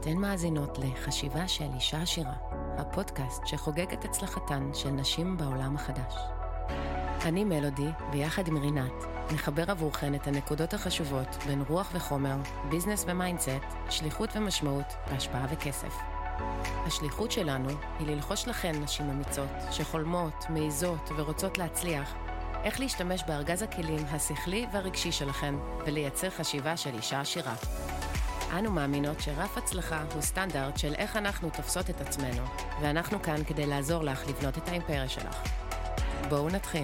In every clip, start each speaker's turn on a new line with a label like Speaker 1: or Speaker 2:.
Speaker 1: אתן מאזינות לחשיבה של אישה עשירה, הפודקאסט שחוגג את הצלחתן של נשים בעולם החדש. אני מלודי, ויחד עם רינת, נחבר עבורכן את הנקודות החשובות בין רוח וחומר, ביזנס ומיינדסט, שליחות ומשמעות, והשפעה וכסף. השליחות שלנו היא ללחוש לכן נשים אמיצות, שחולמות, מעיזות ורוצות להצליח, איך להשתמש בארגז הכלים השכלי והרגשי שלכן, ולייצר חשיבה של אישה עשירה. אנו מאמינות שרף הצלחה הוא סטנדרט של איך אנחנו תופסות את עצמנו, ואנחנו כאן כדי לעזור לך לבנות את האימפריה שלך. בואו נתחיל.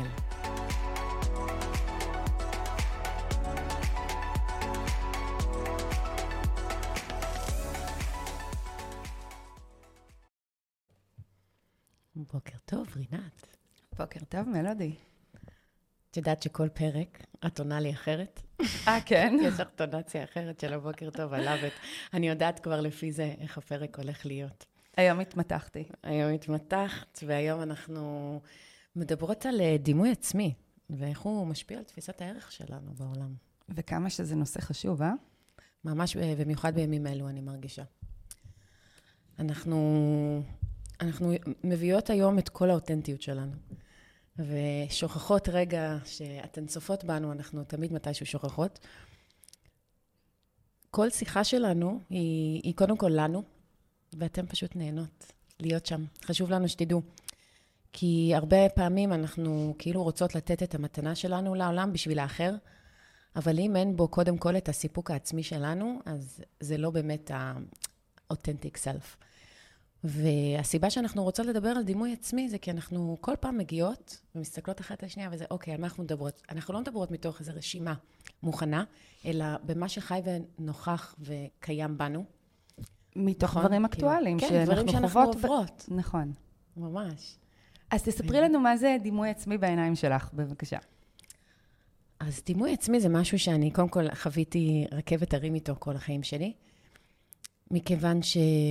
Speaker 1: בוקר טוב, רינת.
Speaker 2: בוקר טוב, מלודי.
Speaker 1: את יודעת שכל פרק את עונה לי אחרת?
Speaker 2: כן?
Speaker 1: יש לך טונציה אחרת של הבוקר טוב, עלבת. אני יודעת כבר לפי זה איך הפרק הולך להיות.
Speaker 2: היום התמתחתי.
Speaker 1: היום התמתחת, והיום אנחנו מדברות על דימוי עצמי, ואיך הוא משפיע על תפיסת הערך שלנו בעולם.
Speaker 2: וכמה שזה נושא חשוב, אה?
Speaker 1: ממש, במיוחד בימים אלו, אני מרגישה. אנחנו מביאות היום את כל האותנטיות שלנו. ושוכחות רגע שאתן צופות בנו, אנחנו תמיד מתישהו שוכחות. כל שיחה שלנו היא קודם כל לנו, ואתן פשוט נהנות להיות שם. חשוב לנו שתדעו. כי הרבה פעמים אנחנו כאילו רוצות לתת את המתנה שלנו לעולם בשביל האחר, אבל אם אין בו קודם כל את הסיפוק העצמי שלנו, אז זה לא באמת ה-authentic self. והסיבה שאנחנו רוצות לדבר על דימוי עצמי, זה כי אנחנו כל פעם מגיעות ומסתכלות אחת השנייה, וזה אוקיי, על מה אנחנו מדברות? אנחנו לא מדברות מתוך איזו רשימה מוכנה, אלא במה שחי ונוכח וקיים בנו.
Speaker 2: מתוך נכון? דברים אקטואליים
Speaker 1: כן, דברים שאנחנו עוברות.
Speaker 2: נכון.
Speaker 1: ממש.
Speaker 2: אז תספרי לנו מה זה דימוי עצמי בעיניים שלך, בבקשה.
Speaker 1: אז דימוי עצמי זה משהו שאני קודם כל חוויתי רכבת הרים איתו כל החיים שלי, מכיוון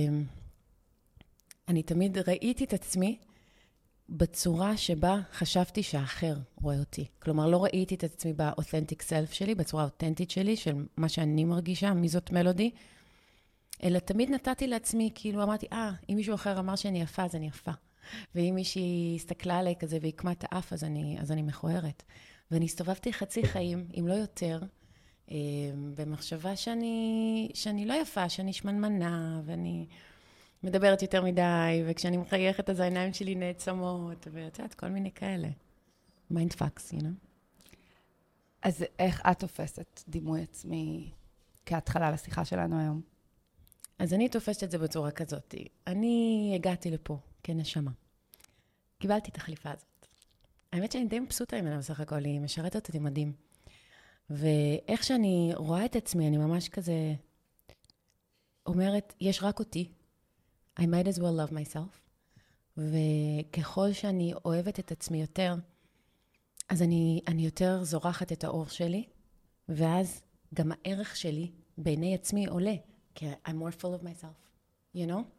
Speaker 1: אני תמיד ראיתי את עצמי בצורה שבה חשבתי שהאחר רואה אותי. כלומר, לא ראיתי את עצמי באותנטיק סלף שלי, בצורה האותנטית שלי, של מה שאני מרגישה, מי זאת מלודי, אלא תמיד נתתי לעצמי, כאילו אמרתי, אם מישהו אחר אמר שאני יפה, אז אני יפה. ואם מישהי הסתכלה עליי כזה והקמה את האף, אז אני מכוערת. ואני הסתובבתי חצי חיים, אם לא יותר, במחשבה שאני לא יפה, שאני שמנמנה, ואני מדברת יותר מדי, וכשאני מחייכת אז העיניים שלי נעצמות, ואת יודעת, כל מיני כאלה. מיינד פאקס, you know?
Speaker 2: אז איך את תופסת דימוי עצמי כהתחלה לשיחה שלנו היום?
Speaker 1: אז אני תופסת את זה בצורה כזאת. אני הגעתי לפה כנשמה. קיבלתי את החליפה הזאת. האמת שאני די מבסוטה ממנה בסך הכל, היא משרתת אותי מדהים. ואיך שאני רואה את עצמי, אני ממש כזה אומרת, יש רק אותי. I might as well love myself. וככל שאני אוהבת את עצמי יותר, אז אני יותר זורחת את האור שלי, ואז גם הערך שלי בעיני עצמי עולה, כי I'm more full of myself, you know?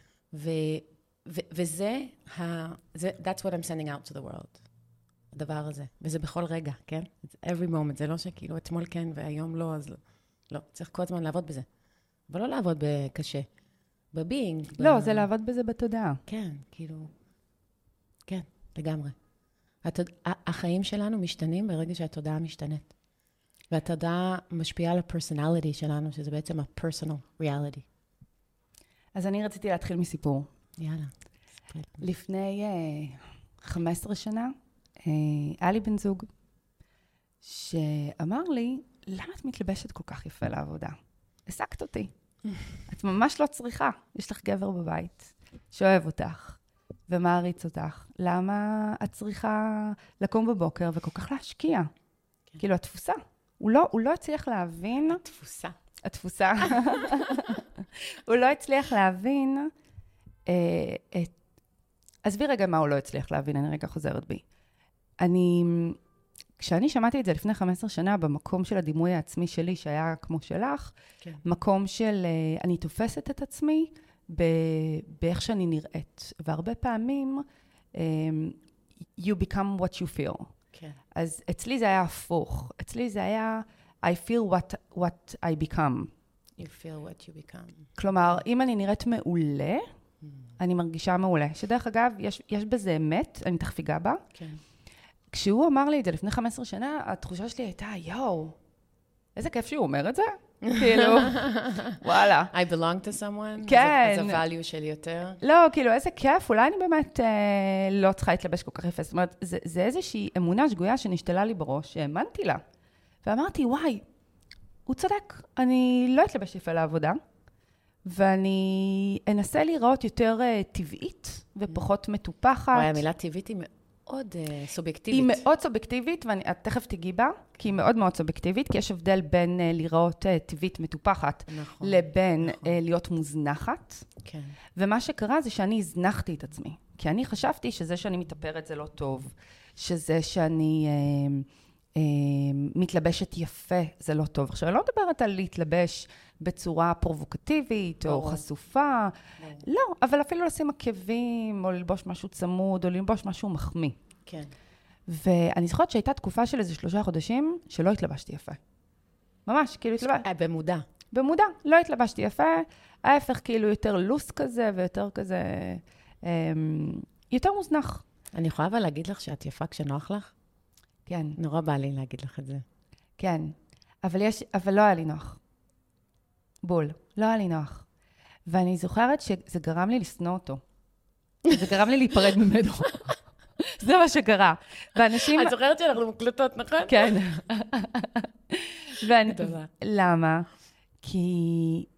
Speaker 1: וזה, that's what I'm sending out to the world, הדבר הזה. וזה בכל רגע, כן? It's every moment, זה לא שכאילו אתמול כן והיום לא, אז לא. צריך כל הזמן לעבוד בזה. אבל לא לעבוד בקשה. בביינג.
Speaker 2: לא, זה לעבוד בזה בתודעה.
Speaker 1: כן, כאילו, כן, לגמרי. החיים שלנו משתנים ברגע שהתודעה משתנית. והתודעה משפיעה על הפרסונליטי שלנו, שזה בעצם ה-personal reality.
Speaker 2: אז אני רציתי להתחיל מסיפור.
Speaker 1: יאללה.
Speaker 2: לפני 15 שנה, היה לי בן זוג, שאמר לי, למה את מתלבשת כל כך יפה לעבודה? הסקת אותי. את ממש לא צריכה. יש לך גבר בבית שאוהב אותך ומעריץ אותך. למה את צריכה לקום בבוקר וכל כך להשקיע? כן. כאילו, התפוסה. הוא לא הצליח להבין... התפוסה. הוא לא הצליח להבין עזבי רגע מה הוא לא הצליח להבין, אני רגע חוזרת בי. כשאני שמעתי את זה לפני 15 שנה, במקום של הדימוי העצמי שלי, שהיה כמו שלך, כן. מקום של, אני תופסת את עצמי באיך שאני נראית. והרבה פעמים, you become what you feel. כן. אז אצלי זה היה הפוך. אצלי זה היה, I feel what I become.
Speaker 1: You feel what you become.
Speaker 2: כלומר, אם אני נראית מעולה, אני מרגישה מעולה. שדרך אגב, יש בזה אמת, אני תכף אגע בה.
Speaker 1: כן.
Speaker 2: כשהוא אמר לי את זה לפני 15 שנה, התחושה שלי הייתה, יואו, איזה כיף שהוא אומר את זה. כאילו, וואלה.
Speaker 1: I belong to someone?
Speaker 2: כן.
Speaker 1: אז ה-value שלי יותר?
Speaker 2: לא, כאילו, איזה כיף, אולי אני באמת לא צריכה להתלבש כל כך יפה. זאת אומרת, זה איזושהי אמונה שגויה שנשתלה לי בראש, שהאמנתי לה. ואמרתי, וואי, הוא צודק, אני לא אתלבש יפה לעבודה, ואני אנסה לראות יותר טבעית ופחות מטופחת.
Speaker 1: וואי, המילה טבעית היא מאוד סובייקטיבית.
Speaker 2: היא מאוד סובייקטיבית, ואני תכף תגיעי בה, כי היא מאוד מאוד סובייקטיבית, כי יש הבדל בין לראות טבעית מטופחת,
Speaker 1: נכון,
Speaker 2: לבין
Speaker 1: נכון.
Speaker 2: להיות מוזנחת.
Speaker 1: כן.
Speaker 2: ומה שקרה זה שאני הזנחתי את עצמי, כי אני חשבתי שזה שאני מתאפרת זה לא טוב, שזה שאני מתלבשת יפה זה לא טוב. עכשיו, אני לא מדברת על להתלבש בצורה פרובוקטיבית או חשופה, לא, אבל אפילו לשים עקבים, או ללבוש משהו צמוד, או ללבוש משהו מחמיא.
Speaker 1: כן.
Speaker 2: ואני זוכרת שהייתה תקופה של איזה 3 חודשים שלא התלבשתי יפה. ממש, כאילו התלבשתי.
Speaker 1: במודע.
Speaker 2: במודע, לא התלבשתי יפה, ההפך כאילו יותר לוס כזה, ויותר כזה, יותר מוזנח.
Speaker 1: אני יכולה אבל להגיד לך שאת יפה כשנוח לך?
Speaker 2: כן.
Speaker 1: נורא בא לי להגיד לך את זה.
Speaker 2: כן, אבל לא היה לי נוח. בול, לא היה לי נוח. ואני זוכרת שזה גרם לי לשנוא אותו. זה גרם לי להיפרד ממנו. זה מה שקרה. ואנשים...
Speaker 1: את זוכרת שאנחנו מקלטות, נכון?
Speaker 2: כן. למה? כי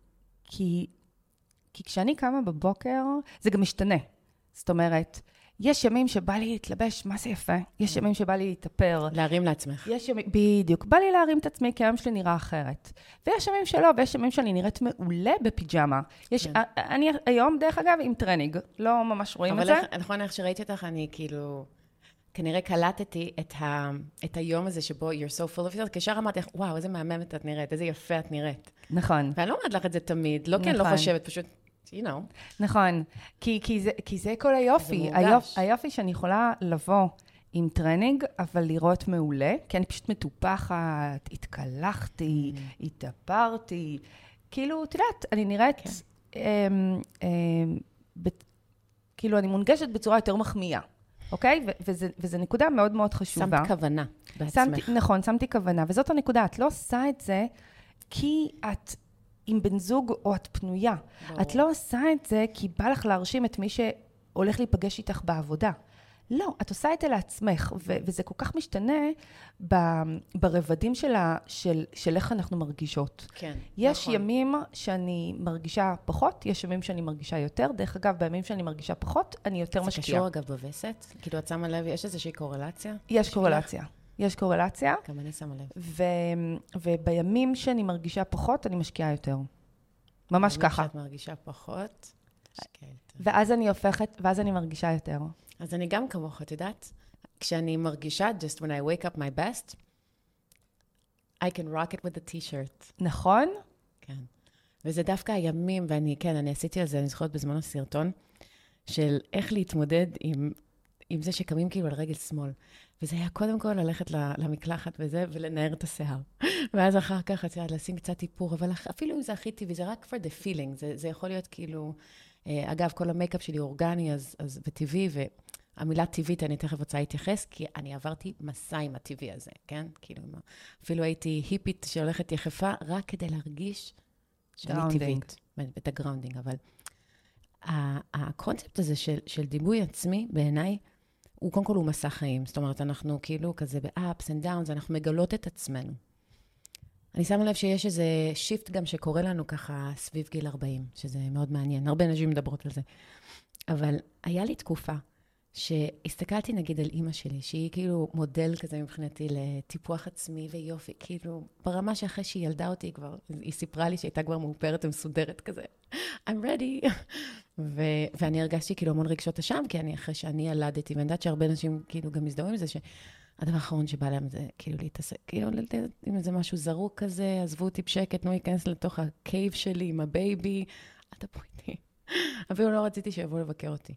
Speaker 2: כשאני קמה בבוקר, זה גם משתנה. זאת אומרת, יש ימים שבא לי להתלבש, מה זה יפה? יש ימים שבא לי להתאפר.
Speaker 1: להרים לעצמך.
Speaker 2: יש ימים, בדיוק. בא לי להרים את עצמי, כי היום שלי נראה אחרת. ויש ימים שלא, ויש ימים שאני נראית מעולה בפיג'מה. אני היום, דרך אגב, עם טרנינג. לא ממש רואים את זה.
Speaker 1: אבל נכון, איך שראיתי אותך, אני כאילו... כנראה קלטתי את היום הזה שבו you're so full of yourself, כשאר אמרתי לך, וואו, איזה מהממת את נראית, איזה יפה את נראית.
Speaker 2: נכון.
Speaker 1: ואני לא אומרת לך את זה תמיד, לא כי אני לא חושבת, פשוט, you know.
Speaker 2: נכון, כי זה כל היופי. היופי שאני יכולה לבוא עם טרנינג, אבל לראות מעולה, כי אני פשוט מטופחת, התקלחתי, התאפרתי. כאילו, את יודעת, אני נראית, כאילו, אני מונגשת בצורה יותר מחמיאה. אוקיי? וזו נקודה מאוד מאוד חשובה.
Speaker 1: שמת כוונה בעצמך.
Speaker 2: נכון, שמתי כוונה. וזאת הנקודה, את לא עושה את זה כי את עם בן זוג או את פנויה. את לא עושה את זה כי בא לך להרשים את מי שהולך להיפגש איתך בעבודה. לא, את עושה את זה לעצמך, וזה כל כך משתנה ברבדים של איך אנחנו מרגישות.
Speaker 1: כן,
Speaker 2: יש
Speaker 1: נכון.
Speaker 2: ימים שאני מרגישה פחות, יש ימים שאני מרגישה יותר. דרך אגב, בימים שאני מרגישה פחות, אני יותר משקיעה.
Speaker 1: זה קשור אגב בווסת? כאילו, את שמה לב, יש איזושהי קורלציה?
Speaker 2: יש קורלציה. יש קורלציה.
Speaker 1: גם אני שמה לב.
Speaker 2: ובימים שאני מרגישה פחות, אני משקיעה יותר. ממש ככה.
Speaker 1: כשאת מרגישה פחות, משקיעה יותר.
Speaker 2: ואז אני מרגישה יותר.
Speaker 1: אז אני גם כמוך, את יודעת? כשאני מרגישה, just when I wake up my best, I can rock it with a t-shirt.
Speaker 2: נכון?
Speaker 1: כן. וזה דווקא הימים, אני עשיתי על זה, אני זוכרת בזמן הסרטון, של איך להתמודד עם זה שקמים כאילו על רגל שמאל. וזה היה קודם כל ללכת למקלחת וזה, ולנער את השיער. ואז אחר כך, את יודעת, לשים קצת איפור, אבל אפילו אם זה הכי טבעי, זה רק for the feeling. זה יכול להיות כאילו, אגב, כל המייקאפ שלי אורגני, אז וטבעי, והמילה טבעית, אני תכף רוצה להתייחס, כי אני עברתי מסע עם הטבעי הזה, כן? כאילו, אפילו הייתי היפית שהולכת יחפה, רק כדי להרגיש שאני טבעית. את הגראונדינג, אבל הקונספט הזה של דימוי עצמי, בעיניי, הוא קודם כל הוא מסע חיים. זאת אומרת, אנחנו כאילו כזה ב-ups and downs, אנחנו מגלות את עצמנו. אני שמה לב שיש איזה שיפט גם שקורה לנו ככה סביב גיל 40, שזה מאוד מעניין. הרבה נשים מדברות על זה. אבל היה לי תקופה שהסתכלתי נגיד על אימא שלי, שהיא כאילו מודל כזה מבחינתי לטיפוח עצמי ויופי, כאילו ברמה שאחרי שהיא ילדה אותי כבר, היא סיפרה לי שהייתה כבר מאופרת ומסודרת כזה. I'm ready. ואני הרגשתי כאילו המון רגשות אשם, כי אחרי שאני ילדתי, ואני יודעת שהרבה נשים כאילו גם מזדהים עם זה, שהדבר האחרון שבא להם זה כאילו להתעסק, כאילו אם זה משהו זרוק כזה, עזבו אותי בשקט, נו ייכנס לתוך הקייב שלי עם הבייבי, אתה פה איתי. אפילו לא רציתי שיבואו לבקר אותי.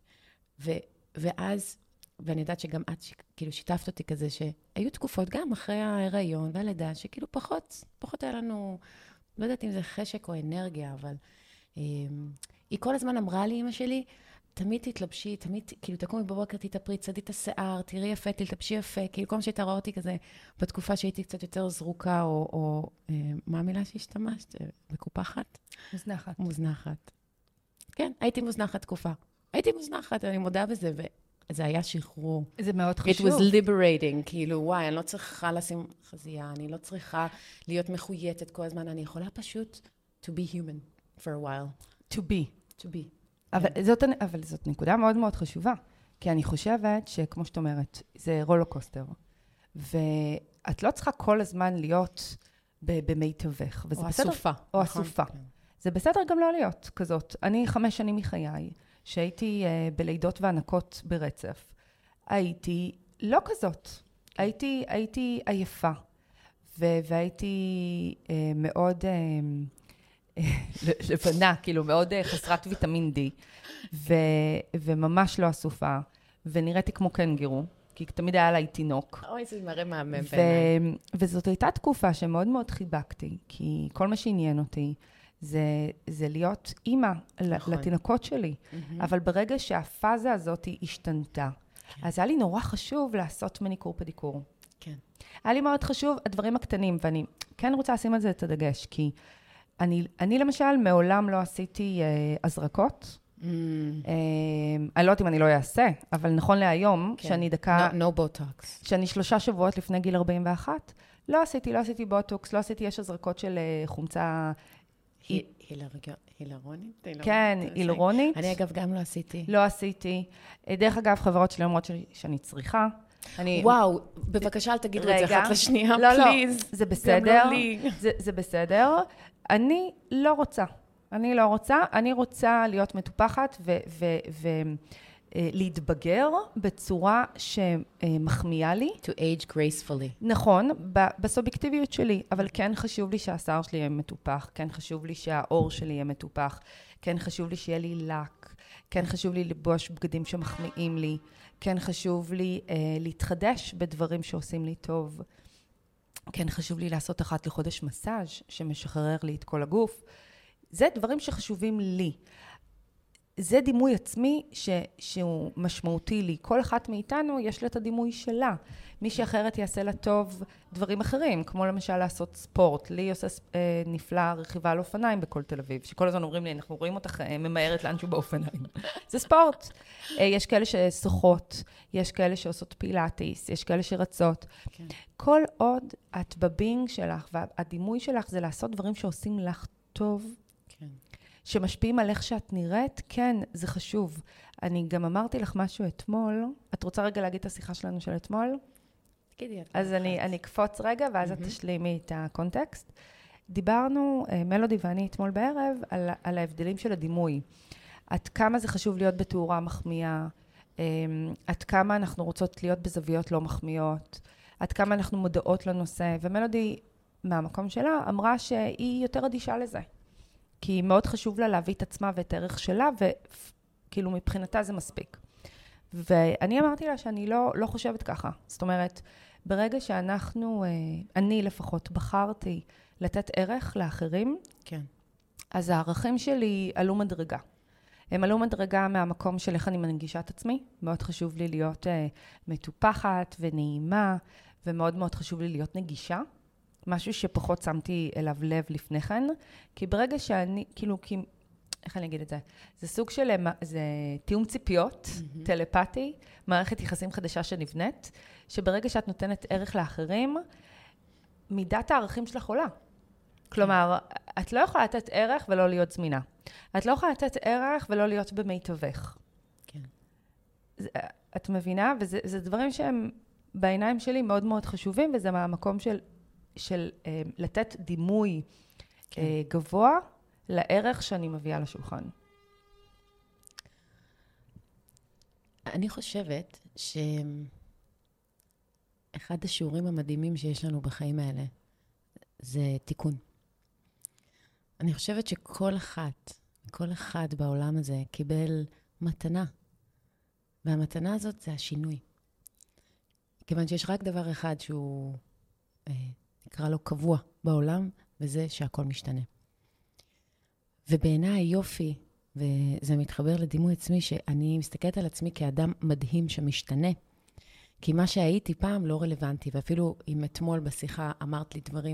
Speaker 1: ואז, ואני יודעת שגם את כאילו שיתפת אותי כזה, שהיו תקופות גם אחרי ההיריון והלידה, שכאילו פחות היה לנו לא יודעת אם זה חשק או אנרגיה, אבל היא כל הזמן אמרה לי, אמא שלי, תמיד תתלבשי, תמיד, כאילו, תקומי בבוקר, תתאפרי, צדי את השיער, תראי יפה, תלבשי יפה, כאילו, כל מה שתראה אותי כזה, בתקופה שהייתי קצת יותר זרוקה, או מה המילה שהשתמשת? מקופחת?
Speaker 2: מוזנחת.
Speaker 1: מוזנחת. כן, הייתי מוזנחת תקופה. הייתי מוזנחת, אני מודה בזה, וזה היה שחרור.
Speaker 2: זה מאוד חשוב.
Speaker 1: It was liberating, כאילו, וואי, אני לא צריכה לשים חזייה, אני לא צריכה להיות מחויטת כל הזמן, אני יכולה פשוט to be human for a while.
Speaker 2: To be.
Speaker 1: To be.
Speaker 2: אבל זאת נקודה מאוד מאוד חשובה, כי אני חושבת שכמו שאת אומרת, זה רולוקוסטר, ואת לא צריכה כל הזמן להיות במיטבך, וזה
Speaker 1: או
Speaker 2: בסדר.
Speaker 1: אסופה.
Speaker 2: או
Speaker 1: נכון?
Speaker 2: אסופה.
Speaker 1: כן.
Speaker 2: זה בסדר גם לא להיות כזאת. אני 5 שנים מחיי, שהייתי בלידות והנקות ברצף, הייתי לא כזאת. הייתי עייפה, והייתי מאוד לבנה, כאילו מאוד חסרת ויטמין D, וממש לא אסופה, ונראיתי כמו קנגרו, כי תמיד היה עליי תינוק.
Speaker 1: אוי, זה מראה מהמם בעיניי.
Speaker 2: וזאת הייתה תקופה שמאוד מאוד חיבקתי, כי כל מה שעניין אותי, זה להיות אימא לתינוקות שלי. אבל ברגע שהפאזה הזאת השתנתה, אז היה לי נורא חשוב לעשות מניקור פדיקור.
Speaker 1: כן.
Speaker 2: היה לי מאוד חשוב הדברים הקטנים, ואני כן רוצה לשים על זה את הדגש, כי אני למשל מעולם לא עשיתי הזרקות. אני לא יודעת אם אני לא אעשה, אבל נכון להיום, שאני דקה...
Speaker 1: No botox.
Speaker 2: שאני 3 שבועות לפני גיל 41, לא עשיתי בוטוקס, לא עשיתי, יש הזרקות של חומצה...
Speaker 1: הילרונית?
Speaker 2: כן, הילרונית.
Speaker 1: אני אגב גם לא עשיתי.
Speaker 2: לא עשיתי. דרך אגב, חברות שלי אומרות שאני צריכה.
Speaker 1: וואו, בבקשה אל תגידו את זה אחת לשנייה, פליז.
Speaker 2: לא, זה בסדר. זה בסדר. אני לא רוצה. אני רוצה להיות מטופחת ולהתבגר בצורה שמחמיאה לי.
Speaker 1: To age gracefully.
Speaker 2: נכון, בסובייקטיביות שלי, אבל כן חשוב לי שהשיער שלי יהיה מטופח, כן חשוב לי שהאור שלי יהיה מטופח, כן חשוב לי שיהיה לי לק, כן חשוב לי לבוש בגדים שמחמיאים לי, כן חשוב לי להתחדש בדברים שעושים לי טוב, כן חשוב לי לעשות אחת לחודש מסאז' שמשחרר לי את כל הגוף. זה דברים שחשובים לי. זה דימוי עצמי שהוא משמעותי לי. כל אחת מאיתנו יש לה את הדימוי שלה. מי שאחרת יעשה לה טוב דברים אחרים, כמו למשל לעשות ספורט. לי עושה נפלא רכיבה על אופניים בכל תל אביב, שכל הזמן אומרים לי, אנחנו רואים אותך ממהרת לאנשהו באופניים. זה ספורט. יש כאלה ששוחות, יש כאלה שעושות פילאטיס, יש כאלה שרצות. כן. כל עוד את בבינג שלך, והדימוי שלך זה לעשות דברים שעושים לך טוב, כן. שמשפיעים על איך שאת נראית, כן, זה חשוב. אני גם אמרתי לך משהו אתמול, את רוצה רגע להגיד את השיחה שלנו של אתמול?
Speaker 1: תגידי.
Speaker 2: אז אני אקפוץ רגע, ואז את תשלימי את הקונטקסט. דיברנו, מלודי ואני אתמול בערב, על ההבדלים של הדימוי. עד כמה זה חשוב להיות בתאורה מחמיאה, עד כמה אנחנו רוצות להיות בזוויות לא מחמיאות, עד כמה אנחנו מודעות לנושא, ומלודי מהמקום שלה אמרה שהיא יותר אדישה לזה. כי מאוד חשוב לה להביא את עצמה ואת הערך שלה, וכאילו מבחינתה זה מספיק. ואני אמרתי לה שאני לא חושבת ככה. זאת אומרת, ברגע שאנחנו, אני לפחות בחרתי לתת ערך לאחרים, כן. אז הערכים שלי עלו מדרגה. הם עלו מדרגה מהמקום של איך אני מנגישה את עצמי. מאוד חשוב לי להיות מטופחת ונעימה, ומאוד מאוד חשוב לי להיות נגישה. משהו שפחות שמתי אליו לב לפני כן, כי ברגע שאני, כאילו, איך אני אגיד את זה? זה סוג של, זה תיאום ציפיות, טלפתי, מערכת יחסים חדשה שנבנית, שברגע שאת נותנת ערך לאחרים, מידת הערכים שלך עולה. כלומר, את לא יכולה לתת ערך ולא להיות זמינה. את לא יכולה לתת ערך ולא להיות במיטבך. כן. את מבינה? וזה דברים שהם בעיניים שלי מאוד מאוד חשובים, וזה מהמקום של לתת דימוי גבוה לערך שאני מביאה לשולחן.
Speaker 1: אני חושבת שאחד השיעורים המדהימים שיש לנו בחיים האלה זה תיקון. אני חושבת שכל אחד בעולם הזה קיבל מתנה, והמתנה הזאת זה השינוי. כיוון שיש רק דבר אחד שהוא נקרא לו קבוע בעולם, וזה שהכל משתנה. ובעיניי יופי, וזה מתחבר לדימוי עצמי, שאני מסתכלת על עצמי כאדם מדהים שמשתנה, כי מה שהייתי פעם לא רלוונטי, ואפילו אם אתמול בשיחה אמרת לי דברים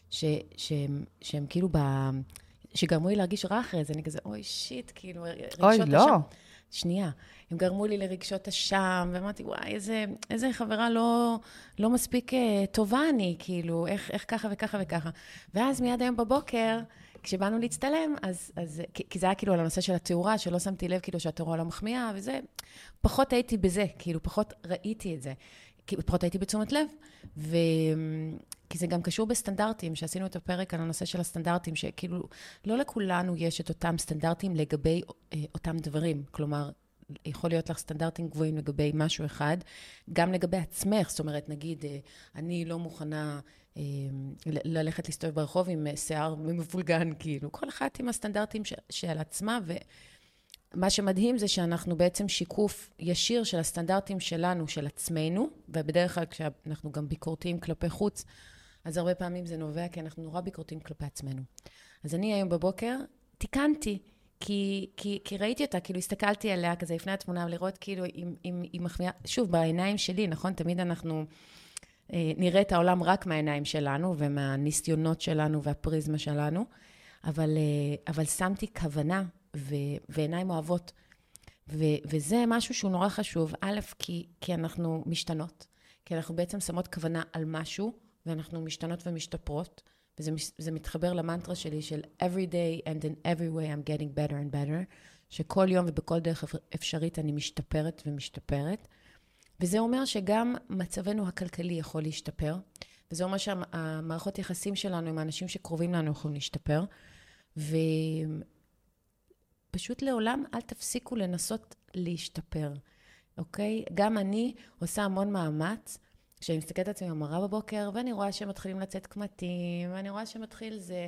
Speaker 1: שהם כאילו שגרמו לי להרגיש רע אחרי זה, אני כזה, אוי שיט, כאילו, רגשות
Speaker 2: אוי, לא.
Speaker 1: שנייה, הם גרמו לי לרגשות אשם, ואמרתי, וואי, איזה חברה לא מספיק טובה אני, כאילו, איך ככה וככה וככה. ואז מיד היום בבוקר, כשבאנו להצטלם, כי זה היה כאילו על הנושא של התאורה, שלא שמתי לב כאילו שהתאורה לא מחמיאה, וזה, פחות הייתי בזה, כאילו, פחות ראיתי את זה. פחות הייתי בתשומת לב, כי זה גם קשור בסטנדרטים, שעשינו את הפרק על הנושא של הסטנדרטים, שכאילו לא לכולנו יש את אותם סטנדרטים לגבי אותם דברים. כלומר, יכול להיות לך סטנדרטים גבוהים לגבי משהו אחד, גם לגבי עצמך, זאת אומרת, נגיד, אני לא מוכנה ללכת להסתובב ברחוב עם שיער מבולגן, כאילו, כל אחת עם הסטנדרטים של עצמה, מה שמדהים זה שאנחנו בעצם שיקוף ישיר של הסטנדרטים שלנו, של עצמנו, ובדרך כלל כשאנחנו גם ביקורתיים כלפי חוץ, אז הרבה פעמים זה נובע כי אנחנו נורא ביקורתיים כלפי עצמנו. אז אני היום בבוקר תיקנתי, כי ראיתי אותה, כאילו הסתכלתי עליה כזה לפני התמונה, לראות כאילו היא מחמיאה, שוב, בעיניים שלי, נכון? תמיד אנחנו נראה את העולם רק מהעיניים שלנו, ומהניסיונות שלנו והפריזמה שלנו, אבל שמתי כוונה, ועיניים אוהבות. וזה משהו שהוא נורא חשוב, א', כי אנחנו משתנות, כי אנחנו בעצם שמות כוונה על משהו, ואנחנו משתנות ומשתפרות, וזה מתחבר למנטרה שלי של every day and in every way I'm getting better and better, שכל יום ובכל דרך אפשרית אני משתפרת ומשתפרת, וזה אומר שגם מצבנו הכלכלי יכול להשתפר, וזה אומר שהמערכות יחסים שלנו עם האנשים שקרובים לנו יכולים להשתפר, פשוט לעולם אל תפסיקו לנסות להשתפר, אוקיי? גם אני עושה המון מאמץ, כשאני מסתכלת על עצמי במראה בבוקר, ואני רואה שהם מתחילים לצאת קמטים, ואני רואה שמתחיל זה,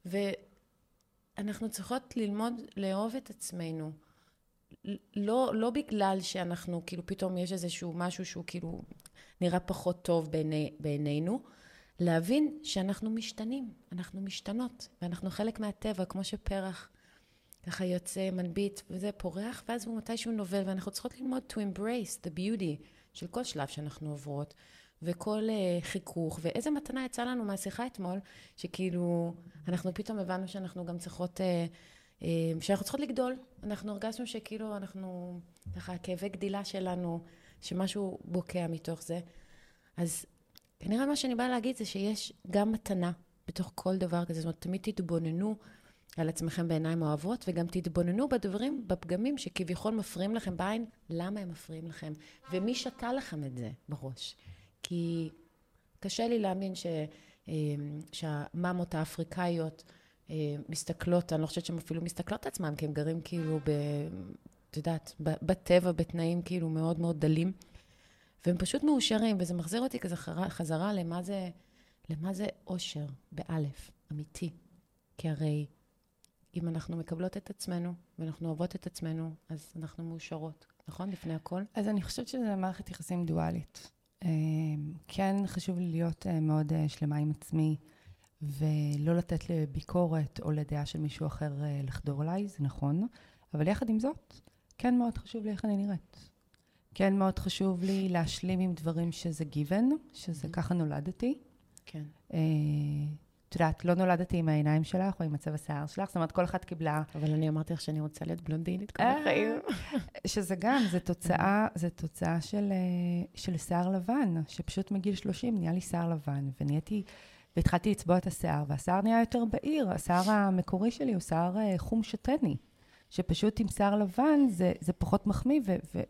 Speaker 1: ואנחנו צריכות ללמוד לאהוב את עצמנו. לא בגלל שאנחנו, כאילו פתאום יש איזשהו משהו שהוא כאילו נראה פחות טוב בעינינו, להבין שאנחנו משתנים, אנחנו משתנות, ואנחנו חלק מהטבע, כמו שפרח, ככה יוצא, מנביט, וזה פורח, ואז הוא מתישהו נובל, ואנחנו צריכות ללמוד to embrace the beauty של כל שלב שאנחנו עוברות, וכל חיכוך, ואיזה מתנה יצא לנו מהשיחה אתמול, שכאילו, אנחנו פתאום הבנו שאנחנו גם צריכות, שאנחנו צריכות לגדול. אנחנו הרגשנו שכאילו אנחנו, ככה, כאבי גדילה שלנו, שמשהו בוקע מתוך זה. אז כנראה מה שאני באה להגיד זה שיש גם מתנה בתוך כל דבר כזה, זאת אומרת, תמיד תתבוננו על עצמכם בעיניים אוהבות, וגם תתבוננו בדברים, בפגמים שכביכול מפריעים לכם בעין, למה הם מפריעים לכם? ומי שתה לכם את זה בראש? כי קשה לי להאמין שהממות האפריקאיות מסתכלות, אני לא חושבת שהן אפילו מסתכלות עצמם, כי הם גרים כאילו, את יודעת, בטבע, בתנאים כאילו מאוד מאוד דלים, והם פשוט מאושרים, וזה מחזיר אותי כזה חזרה למה זה אושר, באלף, אמיתי. כי הרי אם אנחנו מקבלות את עצמנו, ואנחנו אוהבות את עצמנו, אז אנחנו מאושרות, נכון? לפני הכל.
Speaker 2: אז אני חושבת שזה מערכת יחסים דואלית. כן חשוב לי להיות מאוד שלמה עם עצמי, ולא לתת לביקורת או לדעה של מישהו אחר לחדור אליי, זה נכון. אבל יחד עם זאת, כן מאוד חשוב לי איך אני נראית. כן מאוד חשוב לי להשלים עם דברים שזה given, שזה ככה נולדתי.
Speaker 1: כן.
Speaker 2: את יודעת, לא נולדתי עם העיניים שלך או עם מצב השיער שלך, זאת אומרת, כל אחת קיבלה...
Speaker 1: אבל אני אמרתי לך שאני רוצה להיות בלונדינית כל החיים.
Speaker 2: שזה גם, זה תוצאה של שיער לבן, שפשוט מגיל 30 נהיה לי שיער לבן, והתחלתי לצבוע את השיער, והשיער נהיה יותר בהיר, השיער המקורי שלי הוא שיער חום שטני, שפשוט עם שיער לבן זה פחות מחמיא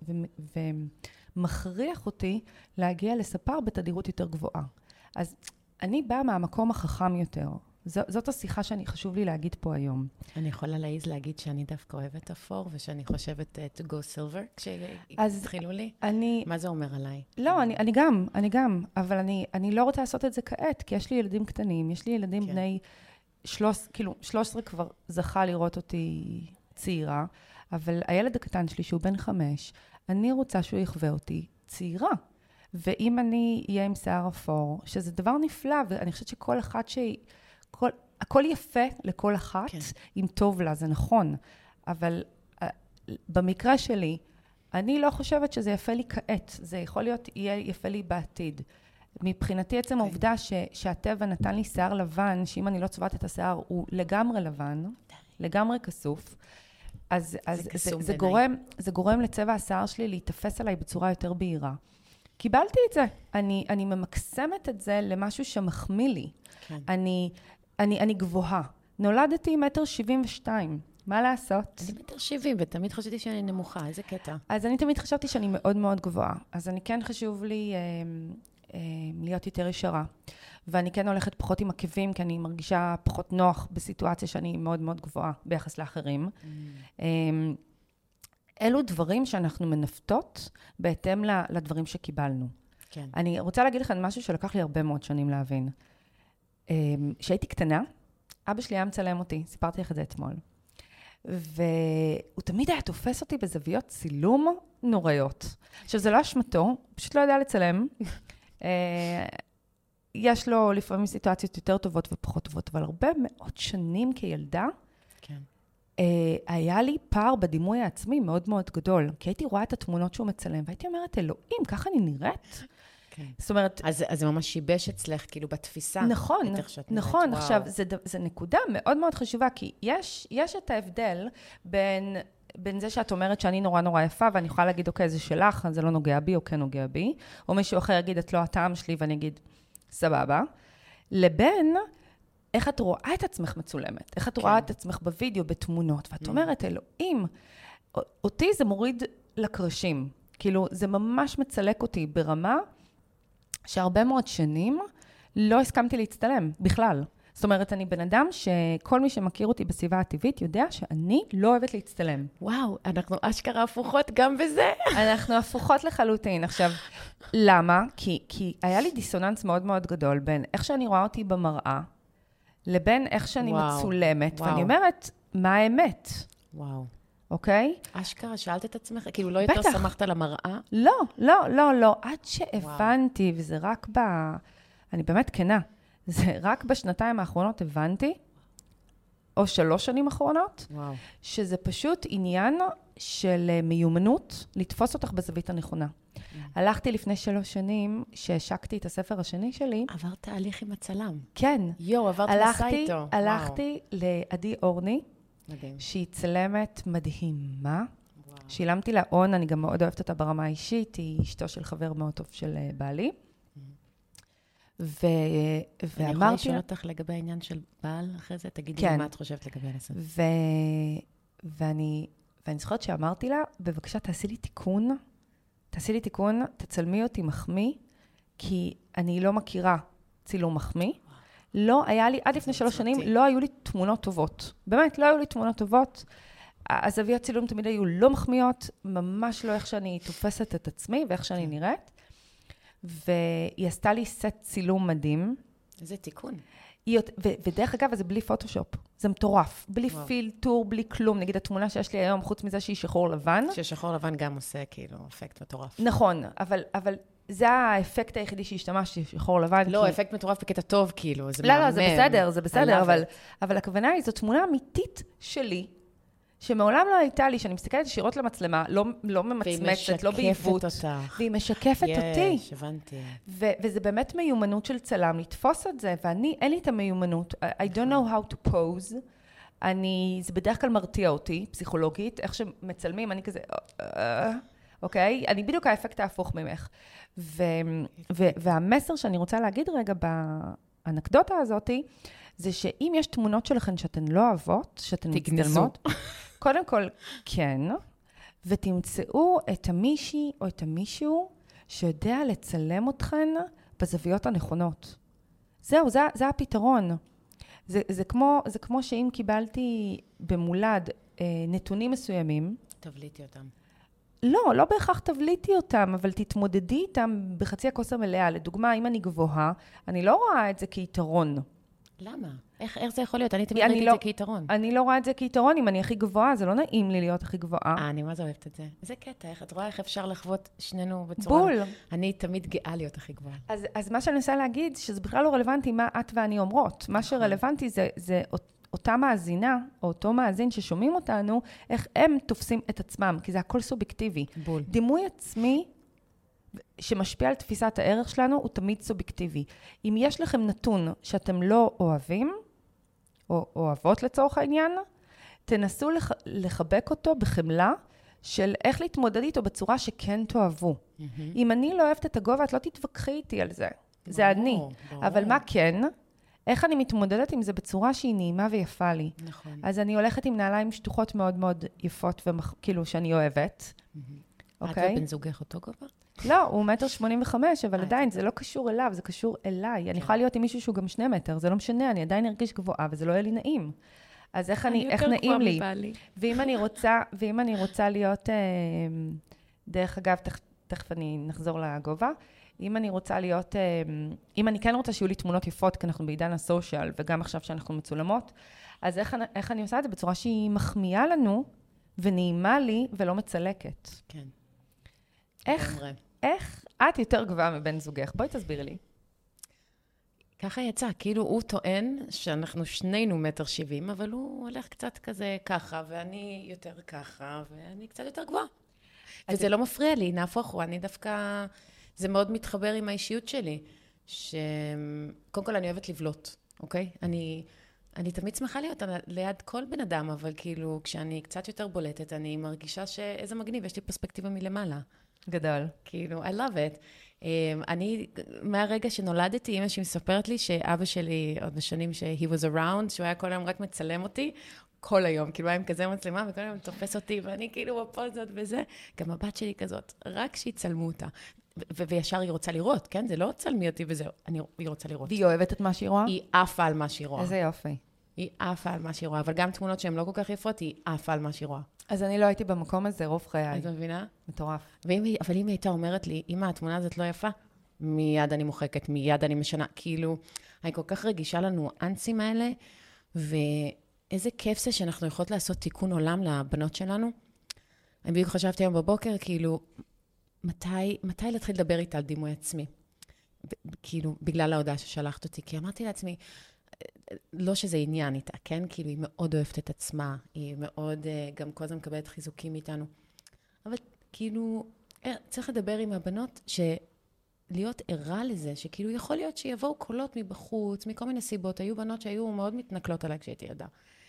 Speaker 2: ומכריח אותי להגיע לספר בתדירות יותר גבוהה. אז אני באה מהמקום החכם יותר. זאת השיחה שאני חשוב לי להגיד פה היום.
Speaker 1: אני יכולה להגיד שאני דווקא אוהבת אפור, ושאני חושבת to go silver, כשהתחילו לי. מה זה אומר עליי?
Speaker 2: לא, אני גם, אבל אני לא רוצה לעשות את זה כעת, כי יש לי ילדים קטנים, יש לי ילדים בני 13 כבר זכה לראות אותי צעירה, אבל הילד הקטן שלי שהוא בן 5, אני רוצה שהוא יחווה אותי צעירה. ואם אני אהיה עם שיער אפור, שזה דבר נפלא, ואני חושבת שכל אחד הכל יפה לכל אחת,
Speaker 1: כן.
Speaker 2: אם טוב לה, זה נכון. אבל במקרה שלי, אני לא חושבת שזה יפה לי כעת. זה יכול להיות, יהיה יפה לי בעתיד. מבחינתי עצם העובדה שהטבע נתן לי שיער לבן, שאם אני לא צובעת את השיער, הוא לגמרי לבן, לגמרי כסוף. אז זה גורם לצבע השיער שלי להתאפס עליי בצורה יותר בהירה. קיבלתי את זה. אני ממקסמת את זה למשהו שמחמיא לי.
Speaker 1: כן.
Speaker 2: אני גבוהה. נולדתי 1.72 מטר. מה לעשות?
Speaker 1: אני 1.70 מטר, ותמיד חשבתי שאני נמוכה. איזה קטע.
Speaker 2: אז אני תמיד חשבתי שאני מאוד מאוד גבוהה. אז אני כן חשוב לי להיות יותר ישרה. ואני כן הולכת פחות עם עקבים, כי אני מרגישה פחות נוח בסיטואציה שאני מאוד מאוד גבוהה ביחס לאחרים. אלו דברים שאנחנו מנפתות בהתאם לדברים שקיבלנו.
Speaker 1: כן.
Speaker 2: אני רוצה להגיד לכם משהו שלקח לי הרבה מאוד שנים להבין. כשהייתי קטנה, אבא שלי היה מצלם אותי, סיפרתי לך את זה אתמול. והוא תמיד היה תופס אותי בזוויות צילום נוראיות. עכשיו, זה לא אשמתו, הוא פשוט לא יודע לצלם. יש לו לפעמים סיטואציות יותר טובות ופחות טובות, אבל הרבה מאוד שנים כילדה,
Speaker 1: כן.
Speaker 2: היה לי פער בדימוי העצמי מאוד מאוד גדול, כי הייתי רואה את התמונות שהוא מצלם, והייתי אומרת, אלוהים, ככה אני נראית?
Speaker 1: כן.
Speaker 2: זאת אומרת...
Speaker 1: אז זה ממש שיבש אצלך, כאילו, בתפיסה.
Speaker 2: נכון, נכון.
Speaker 1: וואו.
Speaker 2: עכשיו, זה נקודה מאוד מאוד חשובה, כי יש את ההבדל בין זה שאת אומרת שאני נורא נורא יפה, ואני יכולה להגיד, אוקיי, זה שלך, אז זה לא נוגע בי, או כן נוגע בי, או מישהו אחר יגיד, את לא הטעם שלי, ואני אגיד, סבבה, לבין איך את רואה את עצמך מצולמת, איך את רואה את עצמך בווידאו, בתמונות, ואת אומרת, אלוהים, אותי זה מוריד לקרשים, כאילו, זה ממש מצלק אותי ברמה שהרבה מאוד שנים לא הסכמתי להצטלם, בכלל. זאת אומרת, אני בן אדם שכל מי שמכיר אותי בסביבה הטבעית יודע שאני לא אוהבת להצטלם.
Speaker 1: וואו, אנחנו אשכרה הפוכות גם בזה.
Speaker 2: אנחנו הפוכות לחלוטין. עכשיו, למה? כי היה לי דיסוננס מאוד מאוד גדול בין איך שאני רואה אותי במראה, לבין איך שאני מצולמת. ואני אומרת, מה האמת?
Speaker 1: וואו.
Speaker 2: אוקיי?
Speaker 1: אשכרה, שאלת את עצמך? כאילו, לא יותר שמחת למראה?
Speaker 2: לא. עד שהבנתי, וזה רק אני באמת כנה. זה רק בשנתיים האחרונות הבנתי, או 3 שנים האחרונות, שזה פשוט עניין של מיומנות, לתפוס אותך בזווית הנכונה. הלכתי לפני 3 שנים, שהשקתי את הספר השני שלי.
Speaker 1: עברת תהליך עם הצלם.
Speaker 2: כן.
Speaker 1: עברת מסע איתו.
Speaker 2: הלכתי לעדי אורני, שהיא צלמת מדהימה. שילמתי לה הון, אני גם מאוד אוהבת אותה ברמה האישית, היא אשתו של חבר מאוד טוב של בעלי. ואמרתי...
Speaker 1: אני יכולה לשאול אותך לגבי העניין של בעל אחרי זה? תגידי לי מה את חושבת לגבי זה.
Speaker 2: ואני זוכרת שאמרתי לה, בבקשה תעשי לי תיקון, תצלמי אותי מחמיא, כי אני לא מכירה צילום מחמיא. לא היה לי, עד לפני 3 שנים, לא היו לי תמונות טובות. באמת, לא היו לי תמונות טובות. הזוויות צילום תמיד היו לא מחמיאות, ממש לא איך שאני תופסת את עצמי ואיך שאני נראית. והיא עשתה לי סט צילום מדהים.
Speaker 1: איזה תיקון.
Speaker 2: ודרך אגב, זה בלי פוטושופ. זה מטורף. בלי פילטור, בלי כלום. נגיד, התמונה שיש לי היום, חוץ מזה שהיא שחור לבן.
Speaker 1: ששחור לבן גם עושה כאילו אפקט מטורף.
Speaker 2: נכון, אבל זה האפקט היחידי שהשתמשתי, שחור לבן.
Speaker 1: לא, אפקט מטורף בקטע טוב, כאילו.
Speaker 2: לא, זה בסדר, אבל הכוונה היא, זו תמונה אמיתית שלי, שמעולם לא הייתה לי, שאני מסתכלת ישירות למצלמה, לא ממצמצת, לא בעיוות. והיא משקפת אותי.
Speaker 1: יש, הבנתי.
Speaker 2: וזה באמת מיומנות של צלם, לתפוס את זה, ואני, אין לי את המיומנות. I don't know how to pose. זה בדרך כלל מרתיע אותי, פסיכולוגית, איך שמצלמים, אני כזה, אוקיי? אני בדיוק האפקט ההפוך ממך. והמסר שאני רוצה להגיד רגע באנקדוטה הזאת, זה שאם יש תמונות שלכן שאתן לא אוהבות, שאתן מצטלמות, קודם כל, כן, ותמצאו את המישהי או את המישהו שיודע לצלם אתכן בזוויות הנכונות. זהו, זה הפתרון. זה כמו שאם קיבלתי במולד נתונים מסוימים,
Speaker 1: תבליטי אותם.
Speaker 2: לא בהכרח תבליטי אותם, אבל תתמודדי איתם בחצי הכוס המלאה. לדוגמה, אם אני גבוהה, אני לא רואה את זה כיתרון.
Speaker 1: למה? איך זה יכול להיות? אני תמיד ראיתי את זה כיתרון.
Speaker 2: אני לא רואה את זה כיתרון, אם אני הכי גבוהה, זה לא נעים לי להיות הכי גבוהה.
Speaker 1: אני מה זה אוהבת את זה? זה קטע, איך את רואה איך אפשר לחוות שנינו בצורה...
Speaker 2: בול.
Speaker 1: אני תמיד גאה להיות הכי גבוהה.
Speaker 2: אז מה שאני מנסה להגיד, שזה בכלל לא רלוונטי מה את ואני אומרות. מה שרלוונטי זה אותה מאזינה, או אותו מאזין ששומעים אותנו, איך הם תופסים את עצמם, כי זה הכל סובייקטיבי.
Speaker 1: בול.
Speaker 2: דימוי עצמי שמשפיע על תפיסת הערך שלנו, הוא תמיד סובייקטיבי. אם יש לכם נתון שאתם לא אוהבים, או אוהבות לצורך העניין, תנסו לחבק אותו בחמלה, של איך להתמודד איתו בצורה שכן תאהבו. אם אני לא אוהבת את הגובה, את לא תתווכחי איתי על זה. זה אני. אבל מה כן? איך אני מתמודדת עם זה בצורה שהיא נעימה ויפה לי.
Speaker 1: נכון.
Speaker 2: אז אני הולכת עם נעליים שטוחות מאוד מאוד יפות, כאילו שאני אוהבת.
Speaker 1: אוקיי? את ובן זוגך אותו גובה?
Speaker 2: לא, הוא 1.85 מטר, אבל עדיין זה לא קשור אליו, זה קשור אליי. אני יכולה להיות עם מישהו שהוא גם 2 מטר, זה לא משנה, אני עדיין ארגיש גבוהה, וזה לא יהיה לי נעים. אז איך נעים לי? ואם אני רוצה להיות, דרך אגב, תכף אני נחזור לגובה, אם אני רוצה להיות, אם אני כן רוצה שיהיו לי תמונות יפות, כי אנחנו בעידן הסושיאל, וגם עכשיו שאנחנו מצולמות, אז איך אני עושה את זה? בצורה שהיא מחמיאה לנו, ונעימה לי, ולא מצלקת.
Speaker 1: כן.
Speaker 2: איך את יותר גבוהה מבן זוגך? בואי תסבירי לי.
Speaker 1: ככה יצא, כאילו הוא טוען שאנחנו שנינו 1.70 מטר, אבל הוא הולך קצת כזה ככה, ואני יותר ככה, ואני קצת יותר גבוהה. וזה לא מפריע לי, נהפוך הוא, אני דווקא, זה מאוד מתחבר עם האישיות שלי, שקודם כל אני אוהבת לבלוט, אוקיי? אני תמיד שמחה להיות ליד כל בן אדם, אבל כאילו כשאני קצת יותר בולטת, אני מרגישה שאיזה מגניב, יש לי פרספקטיבה מלמעלה.
Speaker 2: גדול.
Speaker 1: כאילו, I love it. אני, מהרגע שנולדתי, אמא שהיא מספרת לי שאבא שלי, עוד בשנים he was around, שהוא היה כל היום רק מצלם אותי, כל היום, כאילו היה עם כזה מצלמה, וכל היום תופס אותי, ואני כאילו בפוזות וזה. גם הבת שלי כזאת, רק שיצלמו אותה. וישר היא רוצה לראות, כן? זה לא צלמי אותי וזהו, היא רוצה לראות.
Speaker 2: והיא אוהבת את מה שהיא רואה?
Speaker 1: היא עפה על מה שהיא רואה.
Speaker 2: איזה יופי.
Speaker 1: היא עפה על מה שהיא רואה, אבל גם תמונות שהן לא כל כך יפות, היא עפה על מה שהיא רואה.
Speaker 2: אז אני לא הייתי במקום הזה רוב חיי.
Speaker 1: את מבינה?
Speaker 2: מטורף.
Speaker 1: אבל אם היא הייתה אומרת לי, אמא, התמונה הזאת לא יפה, מיד אני מוחקת, מיד אני משנה. כאילו, אני כל כך רגישה לניואנסים האלה, ואיזה כיף זה שאנחנו יכולות לעשות תיקון עולם לבנות שלנו. אני בדיוק חשבתי היום בבוקר, כאילו, מתי להתחיל לדבר איתה על דימוי עצמי? כאילו, בגלל ההודעה ששלחת אותי, כי אמרתי לעצמי, לא שזה עניין איתה, כן? כאילו, היא מאוד אוהבת את עצמה, היא מאוד, גם כל הזמן מקבלת חיזוקים איתנו. אבל כאילו, צריך לדבר עם הבנות להיות ערה לזה, שכאילו יכול להיות שיבואו קולות מבחוץ, מכל מיני סיבות. היו בנות שהיו מאוד מתנכלות עליי כשהייתי ילדה.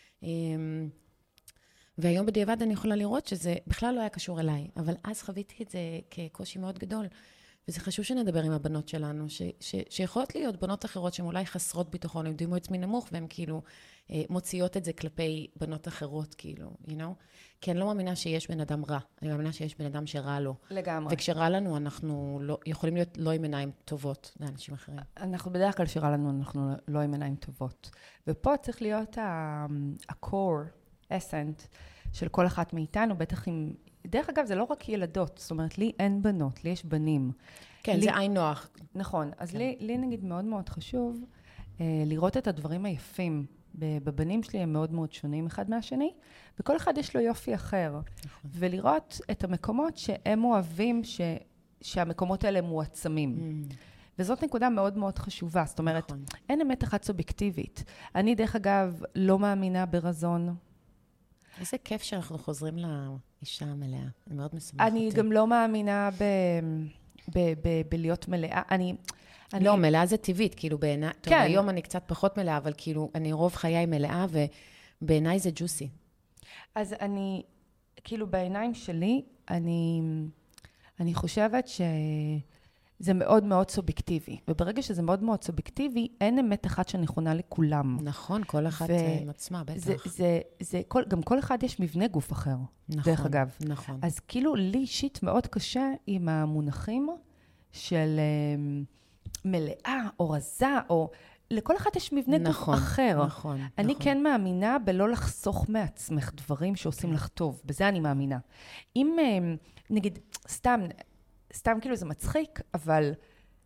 Speaker 1: והיום בדיעבד אני יכולה לראות שזה בכלל לא היה קשור אליי, אבל אז חוויתי את זה כקושי מאוד גדול. וזה חשוב שנדבר עם הבנות שלנו, שיכולות להיות בנות אחרות שהן אולי חסרות ביטחון, עם דימוי עצמי נמוך, והן כאילו מוציאות את זה כלפי בנות אחרות, כאילו, you know? כי אני לא מאמינה שיש בן אדם רע, אני מאמינה שיש בן אדם שרע לו.
Speaker 2: לגמרי.
Speaker 1: וכשרע לנו, אנחנו לא, יכולים להיות לא עם עיניים טובות לאנשים אחרים.
Speaker 2: אנחנו בדרך כלל שרע לנו, אנחנו לא עם עיניים טובות. ופה צריך להיות ה-core, essence, של כל אחת מאיתנו, בטח עם... דרך אגב, זה לא רק ילדות, זאת אומרת, לי אין בנות, לי יש בנים.
Speaker 1: כן, זה עין נוח.
Speaker 2: נכון, אז לי נגיד מאוד מאוד חשוב לראות את הדברים היפים. בבנים שלי הם מאוד מאוד שונים אחד מהשני, וכל אחד יש לו יופי אחר. ולראות את המקומות שהם אוהבים, שהמקומות האלה מועצמים. וזאת נקודה מאוד מאוד חשובה, זאת אומרת, אין אמת אחת סובייקטיבית. אני דרך אגב לא מאמינה ברזון,
Speaker 1: איזה כיף שאנחנו חוזרים לאישה המלאה. אני מאוד משמחת.
Speaker 2: אני גם לא מאמינה בלהיות מלאה.
Speaker 1: לא, מלאה זה טבעית, כאילו בעיניי, טוב, היום אני קצת פחות מלאה, אבל כאילו, אני רוב חיי מלאה, ובעיניי זה ג'וסי.
Speaker 2: אז אני, כאילו בעיניים שלי, אני חושבת שזה מאוד מאוד סובייקטיבי, וברגע שזה מאוד מאוד סובייקטיבי, אין אמת אחת שנכונה לכולם.
Speaker 1: נכון, כל אחת עם עצמה, בטח.
Speaker 2: גם כל אחד יש מבנה גוף אחר, דרך אגב.
Speaker 1: נכון.
Speaker 2: אז כאילו לי אישית מאוד קשה עם המונחים של מלאה או רזה, או לכל אחד יש מבנה גוף אחר.
Speaker 1: נכון.
Speaker 2: אני כן מאמינה בלא לחסוך מעצמך דברים שעושים לך טוב, בזה אני מאמינה. אם, נגיד, סתם כאילו זה מצחיק, אבל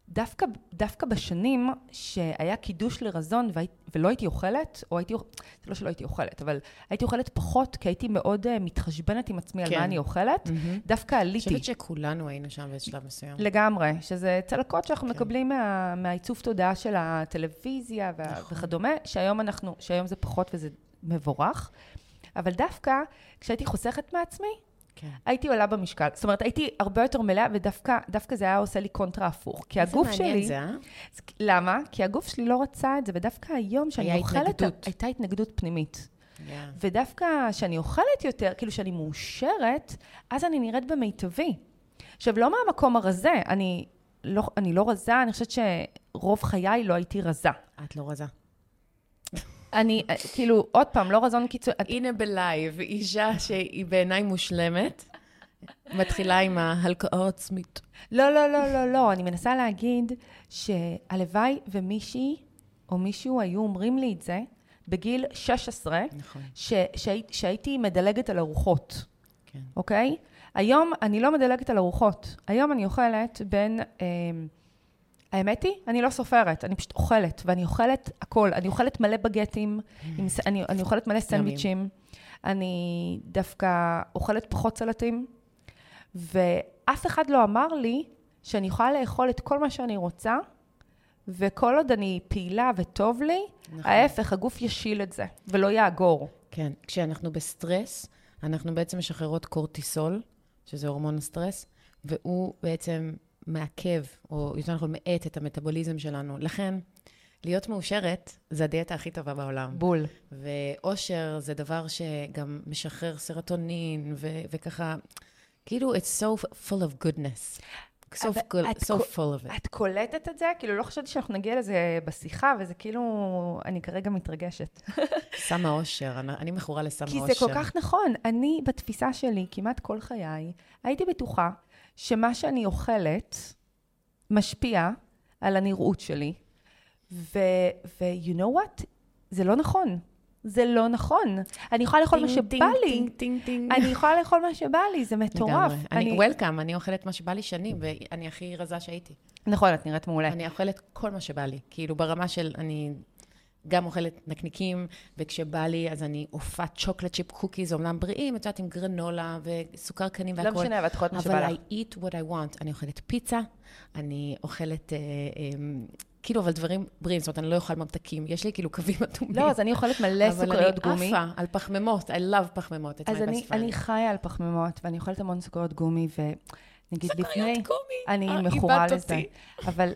Speaker 2: דווקא בשנים שהיה קידוש לרזון ולא הייתי אוכלת, או הייתי, זה לא שלא הייתי אוכלת, אבל הייתי אוכלת פחות, כי הייתי מאוד מתחשבנת עם עצמי על מה אני אוכלת, דווקא עליתי.
Speaker 3: אני חושבת שכולנו היינו שם בשלב מסוים.
Speaker 2: לגמרי, שזה צלקות שאנחנו מקבלים מהעיצוב תודעה של הטלוויזיה וכדומה, שהיום זה פחות וזה מבורך, אבל דווקא כשהייתי חוסכת מעצמי, הייתי עולה במשקל. זאת אומרת, הייתי הרבה יותר מלאה, ודווקא זה היה עושה לי קונטרה הפוך. כי הגוף שלי...
Speaker 3: מעניין זה,
Speaker 2: למה? כי הגוף שלי לא רצה את זה, ודווקא היום שאני אוכלת... הייתה התנגדות פנימית. ודווקא שאני אוכלת יותר, כאילו שאני מאושרת, אז אני נראית במיטבי. עכשיו, לא מהמקום הרזה, אני לא רזה, אני חושבת שרוב חיי לא הייתי רזה.
Speaker 3: את לא רזה.
Speaker 2: אני, כאילו, עוד פעם, לא רזון קיצור...
Speaker 3: הנה בלייב, אישה שהיא בעיניי מושלמת, מתחילה עם ההלקאה עצמית.
Speaker 2: לא, אני מנסה להגיד שהלוואי ומישהי או מישהו היו אומרים לי את זה בגיל 16, נכון. שהייתי מדלגת על ארוחות. כן. אוקיי? היום אני לא מדלגת על ארוחות. היום אני אוכלת בין... האמת היא, אני לא סופרת, אני פשוט אוכלת, ואני אוכלת הכל. אני אוכלת מלא בגטים, אני אוכלת מלא סנדוויצ'ים, אני דווקא אוכלת פחות סלטים, ואף אחד לא אמר לי שאני יכולה לאכול את כל מה שאני רוצה, וכל עוד אני פעילה וטוב לי, ההפך, הגוף ישיל את זה, ולא יאגור.
Speaker 3: כן, כשאנחנו בסטרס, אנחנו בעצם משחררות קורטיסול, שזה הורמון הסטרס, והוא בעצם... מעכב, או יותר נכון מעט את המטאבוליזם שלנו. לכן, להיות מאושרת, זה הדיאטה הכי טובה בעולם.
Speaker 2: בול.
Speaker 3: ואושר זה דבר שגם משחרר סרטונין, וככה, כאילו, it's so full of goodness. So full of it.
Speaker 2: את קולטת את זה? כאילו, לא חשבתי שאנחנו נגיע לזה בשיחה, וזה כאילו, אני כרגע מתרגשת.
Speaker 3: סם האושר, אני מכורה לסם האושר.
Speaker 2: כי זה כל כך נכון. אני, בתפיסה שלי, כמעט כל חיי, הייתי בטוחה, שמה שאני אוכלת משפיע על הנראות שלי, you know what? זה לא נכון. זה לא נכון. אני יכולה לאכול מה שבא לי. אני יכולה לאכול מה שבא לי, זה מטורף.
Speaker 3: וולקאם, אני אוכלת מה שבא לי שנים, ואני הכי רזה שהייתי.
Speaker 2: נכון, את נראית מעולה.
Speaker 3: אני אוכלת כל מה שבא לי. כאילו ברמה של, אני גם אוכלת נקניקים, וכשבא לי, אז אני אופת צ'וקלט צ'יפ קוקיז, אומנם בריאים, את יודעת, עם גרנולה וסוכר קנים והכל.
Speaker 2: לא משנה, ואת אוכלת מה שבא לך.
Speaker 3: אבל I eat what I want. אני אוכלת פיצה, אני אוכלת, כאילו, אבל דברים בריאים, זאת אומרת, אני לא אוכל ממתקים. יש לי כאילו קווים אדומים.
Speaker 2: לא, אז אני אוכלת מלא סוכריות גומי.
Speaker 3: אבל אני עפה על פחמימות, I love פחמימות.
Speaker 2: אז אני חיה על פחמימות, ואני אוכלת המון סוכריות גומי, ונגיד לפני... אני מכורה לזה. אבל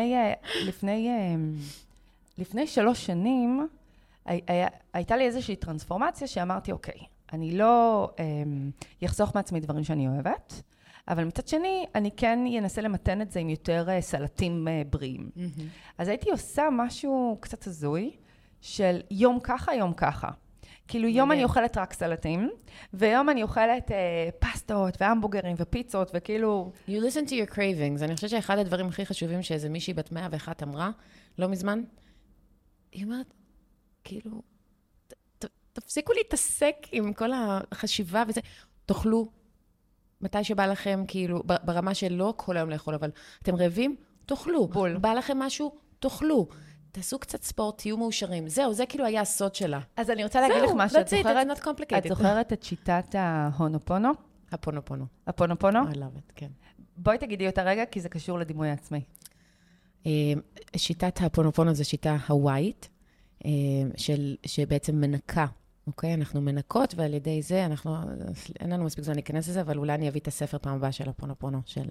Speaker 2: לפני 3 שנים, הייתה לי איזושהי טרנספורמציה שאמרתי, אוקיי, אני לא יחסוך מעצמי דברים שאני אוהבת, אבל מצד שני, אני כן אנסה למתן את זה עם יותר סלטים בריאים. אז הייתי עושה משהו קצת הזוי, של יום ככה, יום ככה. כאילו יום אני אוכלת רק סלטים, ויום אני אוכלת פסטות והמבורגרים ופיצות, וכאילו...
Speaker 3: You listen to your cravings. אני חושבת שאחד הדברים הכי חשובים שאיזה מישהי בת 101 אמרה, לא מזמן, היא אומרת, כאילו, תפסיקו להתעסק עם כל החשיבה וזה, תאכלו מתי שבא לכם, כאילו, ברמה של לא כל היום לאכול, אבל אתם רעבים, תאכלו. בול. בא לכם משהו, תאכלו. תעשו קצת ספורט, תהיו מאושרים. זהו, זה כאילו היה הסוד שלה.
Speaker 2: אז אני רוצה להגיד לך משהו.
Speaker 3: זהו, that's not complicated.
Speaker 2: את זוכרת את שיטת ההונופונו?
Speaker 3: הפונופונו.
Speaker 2: הפונופונו?
Speaker 3: I love it, כן.
Speaker 2: בואי תגידי אותה רגע, כי זה קשור לדימוי העצמי.
Speaker 3: שיטת הפונופונו זה שיטה הוואית, שבעצם מנקה, אוקיי? אנחנו מנקות, ועל ידי זה אין לנו מספיק זמן להיכנס לזה, אבל אולי אני אביא את הספר פעם הבאה של הפונופונו, של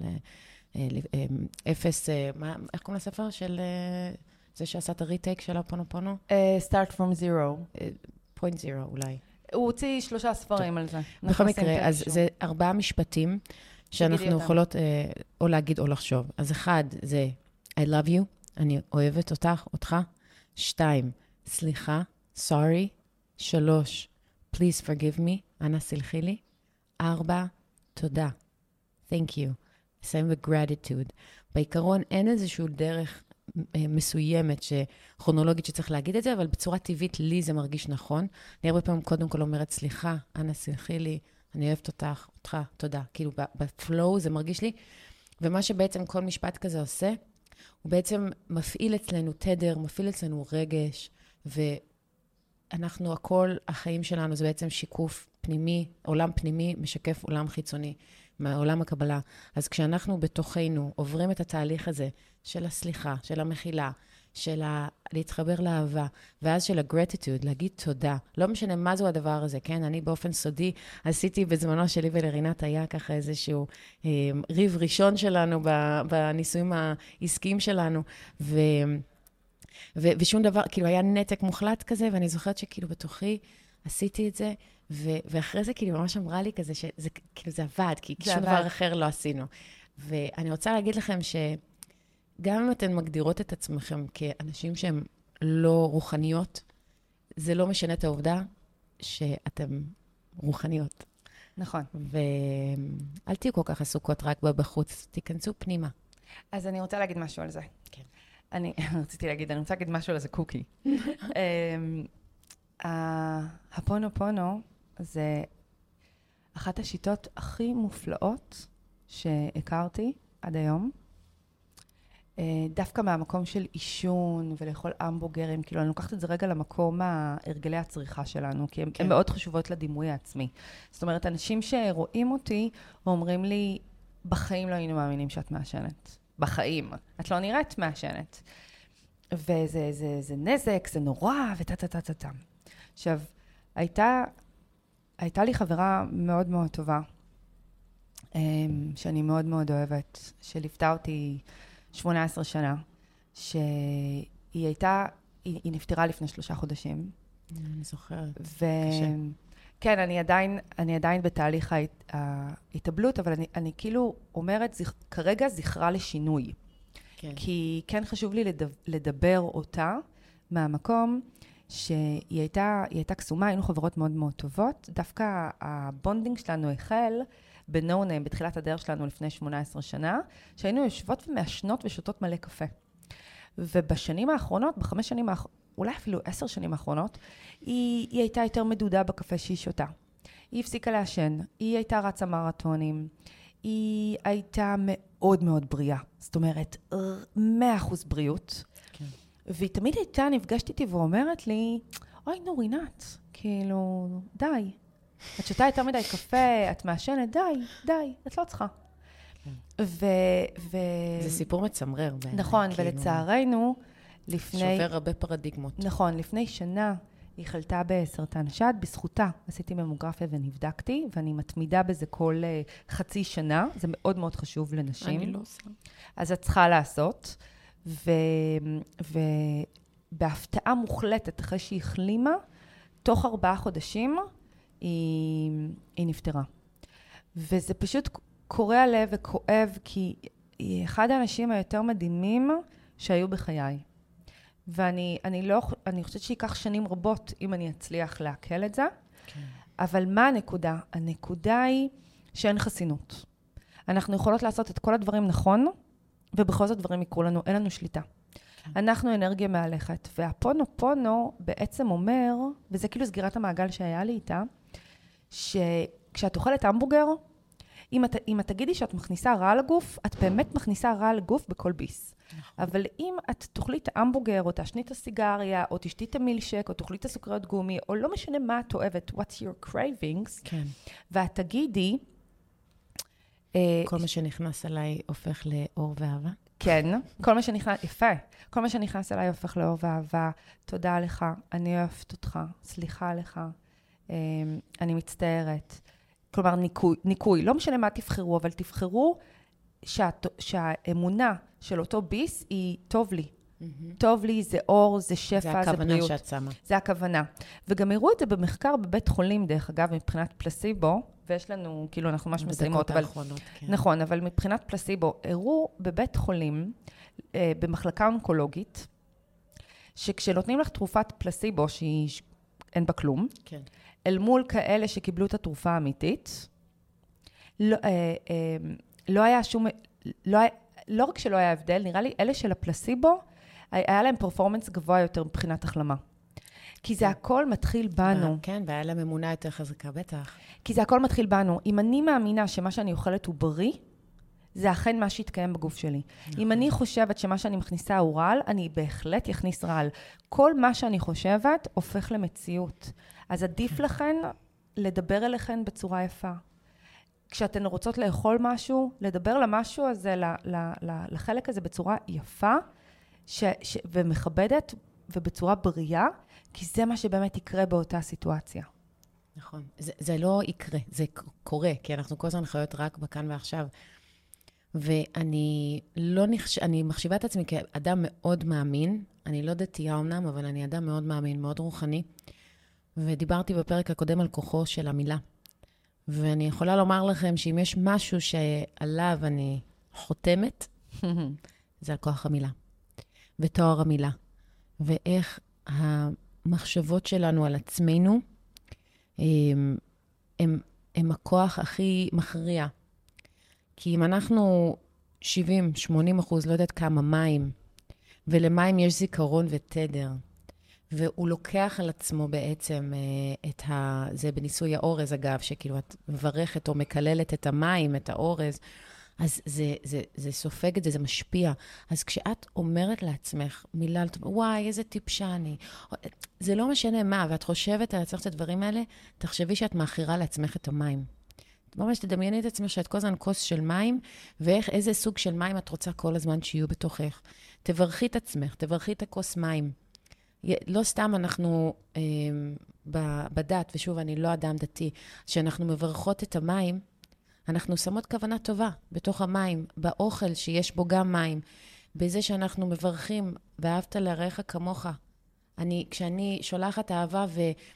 Speaker 3: אפס, איך קוראים לספר? של זה שעשה את הריטייק של הפונופונו?
Speaker 2: Start from zero.
Speaker 3: point zero אולי.
Speaker 2: הוא הוציא 3 ספרים על זה.
Speaker 3: בכל מקרה, אז זה 4 משפטים שאנחנו יכולות או להגיד או לחשוב. אז 1 זה I love you, אני אוהבת אותך. 2, סליחה, sorry. 3, please forgive me, אנא סלחי לי. 4, תודה, thank you. מסיים ב-gratitude. בעיקרון אין איזשהו דרך מסוימת כרונולוגית שצריך להגיד את זה, אבל בצורה טבעית לי זה מרגיש נכון. אני הרבה פעמים קודם כל אומרת, סליחה, אנא סלחי לי, אני אוהבת אותך, תודה. כאילו בפלואו זה מרגיש לי, ומה שבעצם כל משפט כזה עושה, הוא בעצם מפעיל אצלנו תדר, מפעיל אצלנו רגש, ואנחנו, הכל, החיים שלנו זה בעצם שיקוף פנימי, עולם פנימי משקף עולם חיצוני, מעולם הקבלה. אז כשאנחנו בתוכנו עוברים את התהליך הזה של הסליחה, של המחילה, של להתחבר לאהבה, ואז של הגרטיטוד, להגיד תודה. לא משנה מה זו הדבר הזה, כן? אני באופן סודי עשיתי בזמנו שלי ולרינת היה ככה איזשהו ריב ראשון שלנו בניסויים העסקיים שלנו, ושום דבר, כאילו היה נתק מוחלט כזה, ואני זוכרת שכאילו בתוכי עשיתי את זה, ואחרי זה כאילו ממש אמרה לי כזה, שזה כאילו זה עבד, כי שום דבר אחר לא עשינו. ואני רוצה להגיד לכם גם אם אתן מגדירות את עצמכם כאנשים שהם לא רוחניות, זה לא משנה את העובדה שאתם רוחניות.
Speaker 2: נכון.
Speaker 3: ואל תהיו כל כך עסוקות רק בחוץ, תיכנסו פנימה.
Speaker 2: אז אני רוצה להגיד משהו על זה.
Speaker 3: כן.
Speaker 2: אני רוצה להגיד משהו על זה קוקי. הפונו זה אחת השיטות הכי מופלאות שהכרתי עד היום. דווקא מהמקום של אישון ולאכול המבורגרים, כאילו אני לוקחת את זה רגע למקום הרגלי הצריכה שלנו, כי הן מאוד חשובות לדימוי העצמי. זאת אומרת, אנשים שרואים אותי אומרים לי, בחיים לא היינו מאמינים שאת מעשנת. בחיים. את לא נראית מעשנת. וזה נזק, זה נורא, וטה. עכשיו, הייתה לי חברה מאוד מאוד טובה, שאני מאוד מאוד אוהבת, שליוותה אותי 18 שנה, שהיא נפטרה לפני 3 חודשים.
Speaker 3: אני זוכרת.
Speaker 2: קשה. כן, אני עדיין בתהליך ההתאבלות, אבל אני כאילו אומרת, כרגע זכרה לשינוי.
Speaker 3: כן.
Speaker 2: כי כן חשוב לי לדבר אותה מהמקום שהיא הייתה קסומה, היינו חברות מאוד מאוד טובות. דווקא הבונדינג שלנו החל בנו-ניים, בתחילת הדרך שלנו לפני 18 שנה, שהיינו יושבות ומעשנות ושותות מלא קפה. ובשנים האחרונות, ב5 שנים האחרונות, אולי אפילו 10 שנים האחרונות, היא הייתה יותר מדודה בקפה שהיא שותה. היא הפסיקה לעשן, היא הייתה רצה מרתונים, היא הייתה מאוד מאוד בריאה. זאת אומרת, 100% בריאות.
Speaker 3: כן.
Speaker 2: והיא תמיד הייתה, נפגשת איתי ואומרת לי, אוי רינת, כאילו, די. את שותה יותר מדי קפה, את מעשנת, די, את לא צריכה.
Speaker 3: כן. זה סיפור מצמרר.
Speaker 2: נכון, ולצערנו,
Speaker 3: שובר הרבה פרדיגמות.
Speaker 2: נכון, לפני שנה היא חלתה בסרטן שד, בזכותה עשיתי ממוגרפיה ונבדקתי, ואני מתמידה בזה כל חצי שנה, זה מאוד מאוד חשוב לנשים.
Speaker 3: אני לא עושה.
Speaker 2: אז את צריכה לעשות, ובהפתעה מוחלטת, אחרי שהיא החלימה, תוך 4 חודשים היא נפטרה. וזה פשוט קורע לב וכואב, כי היא אחד האנשים היותר מדהימים שהיו בחיי. אני חושבת שיקח שנים רבות אם אני אצליח להקל את זה.
Speaker 3: כן.
Speaker 2: אבל מה הנקודה? הנקודה היא שאין חסינות. אנחנו יכולות לעשות את כל הדברים נכון, ובכל זאת דברים יקרו לנו, אין לנו שליטה. כן. אנחנו אנרגיה מהלכת, והפונו בעצם אומר, וזה כאילו סגירת המעגל שהיה לי איתה, שכשאת אוכלת המבורגר, אם את תגידי שאת מכניסה רע לגוף, את באמת מכניסה רע לגוף בכל ביס. אבל אם את תאכלי את ההמבורגר, או תעשני את הסיגריה, או תשתי את המילשק, או תאכלי את הסוכריות גומי, או לא משנה מה את אוהבת, what's your cravings,
Speaker 3: כן.
Speaker 2: ואת תגידי...
Speaker 3: כל מה שנכנס אליי הופך לאור ואהבה?
Speaker 2: כן, כל מה שנכנס, יפה. כל מה שנכנס אליי הופך לאור ואהבה. תודה לך, אני אוהבת אותך, סליחה לך, אני מצטערת. כלומר, ניקוי. לא משנה מה תבחרו, אבל תבחרו שהאמונה של אותו ביס היא טוב לי. טוב לי, זה אור, זה שפע, זה בריאות.
Speaker 3: זה הכוונה שאת שמה.
Speaker 2: זה הכוונה. וגם הראו את זה במחקר בבית חולים, דרך אגב, מבחינת פלסיבו, ויש לנו, כאילו, אנחנו ממש מסיימות, אבל...
Speaker 3: כן.
Speaker 2: נכון, אבל מבחינת פלסיבו, הראו בבית חולים, במחלקה אונקולוגית, שכשנותנים לך תרופת פלסיבו, שאין בה כלום,
Speaker 3: כן.
Speaker 2: אל מול כאלה שקיבלו את התרופה האמיתית, לא היה שום... לא רק שלא היה הבדל, נראה לי, אלה של הפלסיבו, היה להם פרפורמנס גבוה יותר מבחינת החלמה. כי זה הכל מתחיל בנו.
Speaker 3: כן, והיה להם אמונה יותר חזקה, בטח.
Speaker 2: כי זה הכל מתחיל בנו. אם אני מאמינה שמה שאני אוכלת הוא בריא, זה אכן מה שיתקיים בגוף שלי. אם אני חושבת שמה שאני מכניסה הוא רעל, אני בהחלט יכניס רעל. כל מה שאני חושבת הופך למציאות. אז עדיף לכן לדבר אליכן בצורה יפה. כשאתן רוצות לאכול משהו, לדבר למשהו הזה, לחלק הזה בצורה יפה, ומכבדת ובצורה בריאה, כי זה מה שבאמת יקרה באותה סיטואציה.
Speaker 3: נכון. זה לא יקרה, זה קורה, כי אנחנו כל הזמן חיות רק בכאן ועכשיו. ואני אני מחשיבה את עצמי כאדם מאוד מאמין, אני לא דתייה אמנם, אבל אני אדם מאוד מאמין, מאוד רוחני, ודיברתי בפרק הקודם על כוחו של המילה. ואני יכולה לומר לכם שאם יש משהו שעליו אני חותמת, זה על כוח המילה. ותואר המילה. ואיך המחשבות שלנו על עצמנו, הם הכוח הכי מכריע. כי אם אנחנו 70-80%, לא יודעת כמה מים, ולמים יש זיכרון ותדר, והוא לוקח על עצמו בעצם זה בניסוי האורז, אגב, שכאילו את מברכת או מקללת את המים, את האורז, אז זה סופג את זה, זה משפיע. אז כשאת אומרת לעצמך מילה, וואי, איזה טיפשה אני, זה לא משנה מה, ואת חושבת על עצמך את הדברים האלה, תחשבי שאת מאחירה לעצמך את המים. ממש תדמייני את עצמך שאת כל הזמן כוס של מים, ואיזה סוג של מים את רוצה כל הזמן שיהיו בתוכך. תברכי את עצמך, תברכי את הכוס מים. לא סתם אנחנו בדת, ושוב, אני לא אדם דתי, שאנחנו מברכות את המים, אנחנו שמות כוונה טובה בתוך המים, באוכל שיש בו גם מים, בזה שאנחנו מברכים, ואהבת לרעך כמוך. כשאני שולחת אהבה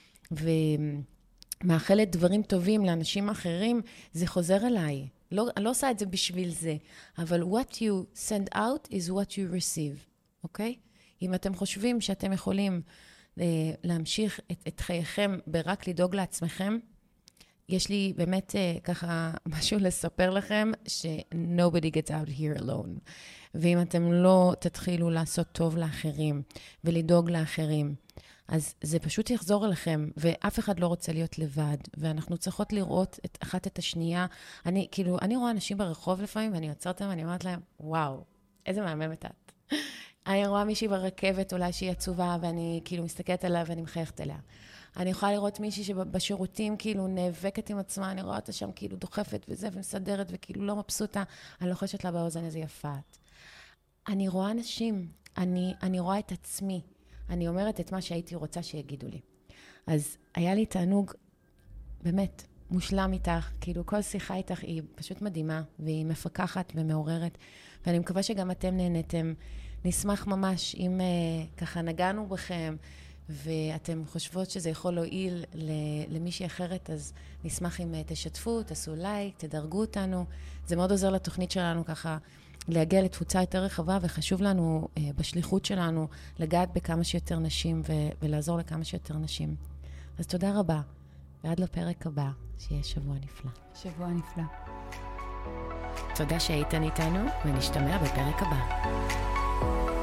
Speaker 3: ומאחלת דברים טובים לאנשים אחרים, זה חוזר אליי. אני לא עושה את זה בשביל זה, אבל what you send out is what you receive, אוקיי? אם אתם חושבים שאתם יכולים להמשיך את חייכם ברק לדאוג לעצמכם, יש לי באמת ככה משהו לספר לכם, ש-nobody gets out here alone. ואם אתם לא תתחילו לעשות טוב לאחרים, ולדאוג לאחרים, אז זה פשוט יחזור אליכם, ואף אחד לא רוצה להיות לבד, ואנחנו צריכות לראות אחת את השנייה. אני רואה אנשים ברחוב לפעמים, ואני עוצרת אותם, ואני אומרת להם, וואו, איזה מהממת את. אני רואה מישהי ברכבת, אולי שהיא עצובה, ואני כאילו מסתכלת עליה, ואני מחייכת אליה. אני יכולה לראות מישהי שבשירותים כאילו נאבקת עם עצמה, אני רואה אותה שם כאילו דוחפת וזה, ומסדרת, וכאילו לא מבסוטה, אני לוחשת לה באוזן איזה יפת. אני רואה אנשים, אני רואה את עצמי, אני אומרת את מה שהייתי רוצה שיגידו לי. אז היה לי תענוג, באמת, מושלם איתך, כאילו כל שיחה איתך היא פשוט מדהימה, והיא מפקחת ומעוררת, ואני מקווה שגם אתם נהנתם. נשמח ממש אם ככה נגענו בכם, ואתם חושבות שזה יכול להועיל למישהי אחרת, אז נשמח אם תשתפו, תעשו לייק, תדרגו אותנו. זה מאוד עוזר לתוכנית שלנו ככה להגיע לתפוצה יותר רחבה, וחשוב לנו בשליחות שלנו לגעת בכמה שיותר נשים ולעזור לכמה שיותר נשים. אז תודה רבה, ועד לפרק הבא, שיהיה שבוע נפלא.
Speaker 2: שבוע נפלא.
Speaker 1: תודה שהייתן איתנו, ונשתמע בפרק הבא.